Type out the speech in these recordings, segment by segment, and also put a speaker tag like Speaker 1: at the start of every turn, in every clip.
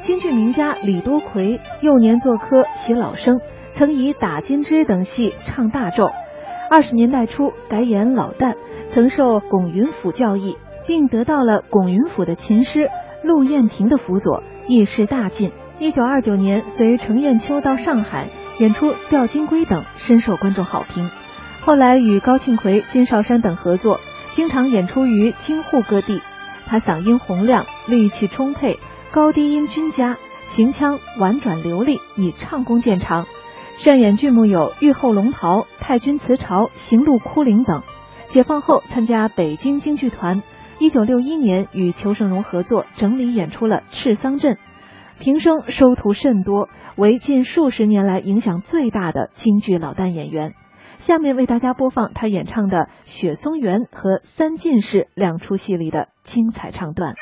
Speaker 1: 京剧名家李多奎幼年做科习老生，曾以打金枝等戏唱大咒。20年代初改演老旦，曾受龚云甫教义，并得到了龚云甫的琴师陆燕婷的辅佐，艺势大进。1929年随程砚秋到上海演出《吊金龟》等，深受观众好评。后来与高庆奎、金少山等合作，经常演出于京沪各地。他嗓音洪亮，力气充沛，高低音均佳，行腔婉转流利，以唱功见长。擅演剧目有《玉后龙袍》《太君辞朝》《行路哭灵》等。解放后参加北京京剧团，1961年与裘盛戎合作整理演出了《赤桑镇》，平生收徒甚多，为近数十年来影响最大的京剧老旦演员。下面为大家播放他演唱的《雪松园》和《三进士》两出戏里的精彩唱段。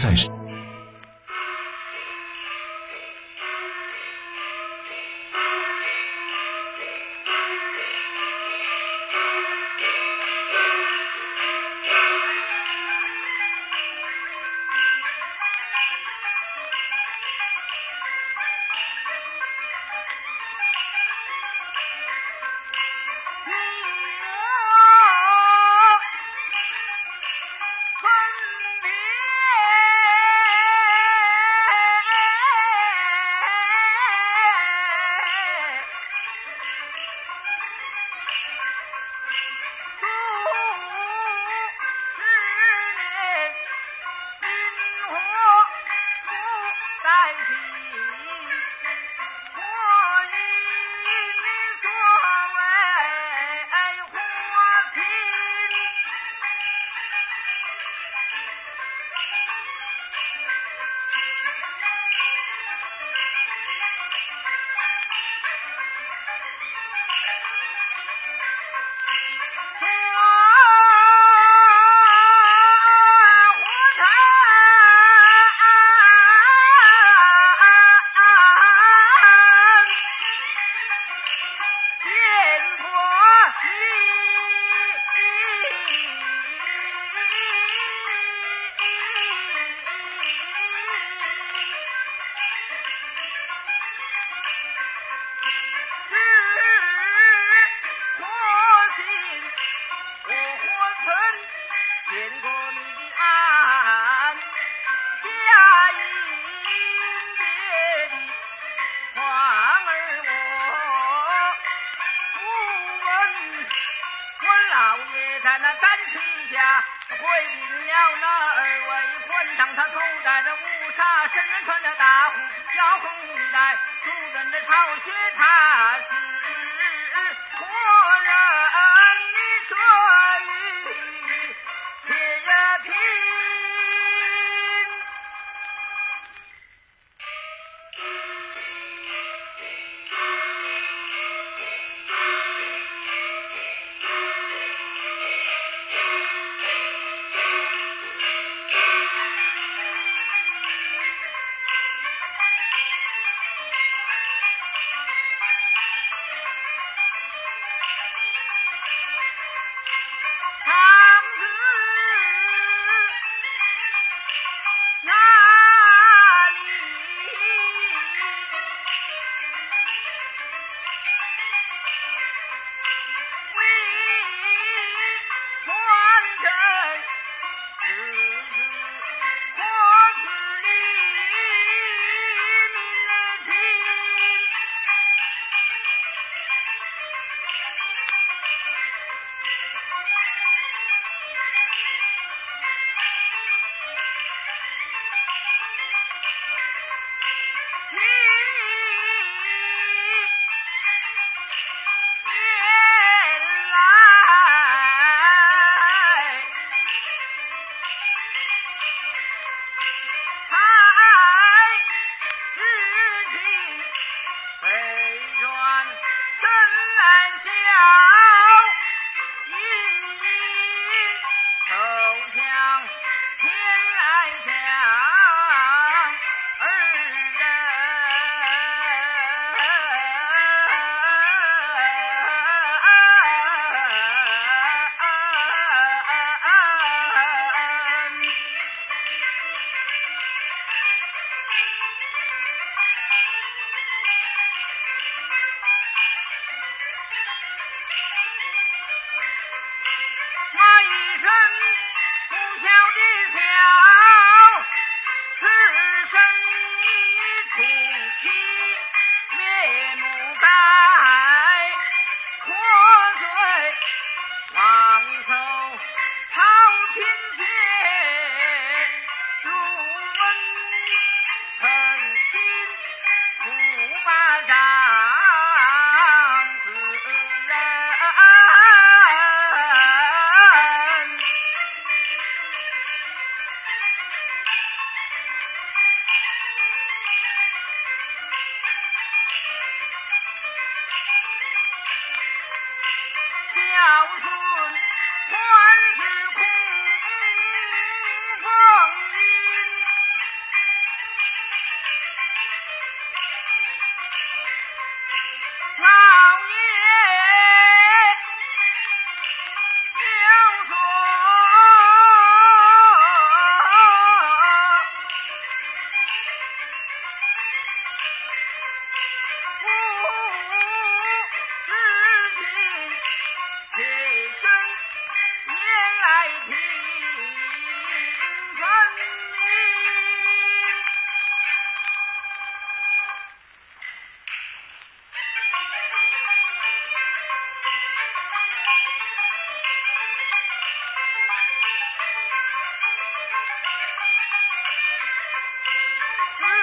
Speaker 2: 在身。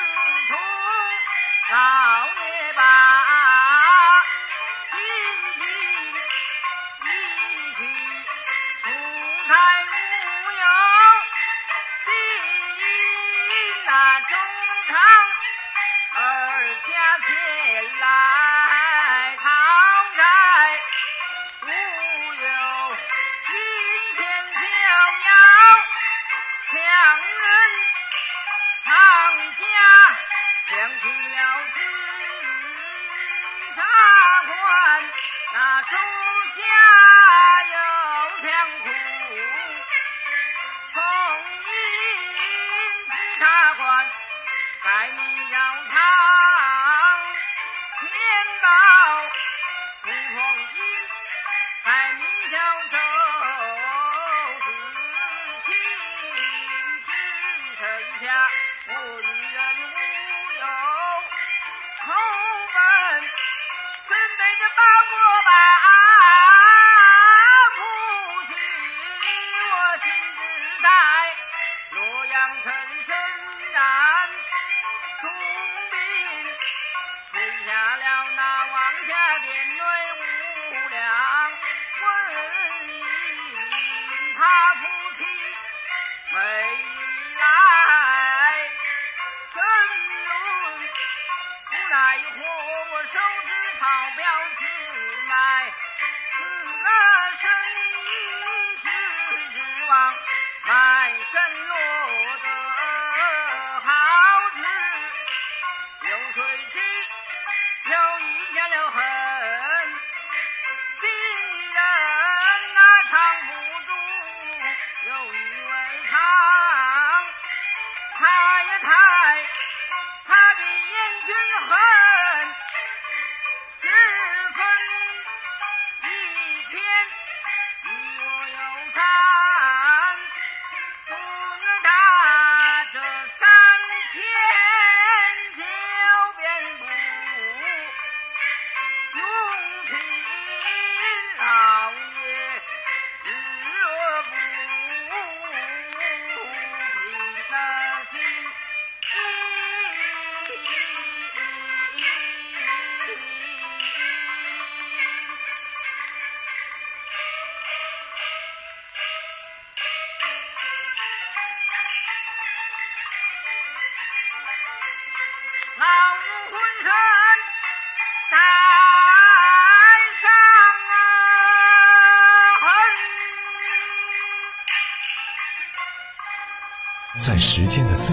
Speaker 2: 老爷把金银一去，无财无有，金那中堂二家前来讨债，无有金钱就要强人藏家，将去了查官，那手下有强苦，从因知察官改名叫堂，天宝李凤英改名叫周子清，只剩下我一人无有后门，准备着包裹吧出去，我亲自在洛阳城深然出兵，吹下了那王家殿内无量文银，他夫妻没来争论，无奈何我手持草标自卖，四个生意是指望卖身落得好日，有谁知又遇见了恨，今人那藏不住，有一位他也太他比燕军恨，只分一天你我有惨，不能他这3000就变不用凭老爷若不平了心。老奴浑身带伤痕，
Speaker 3: 在时间的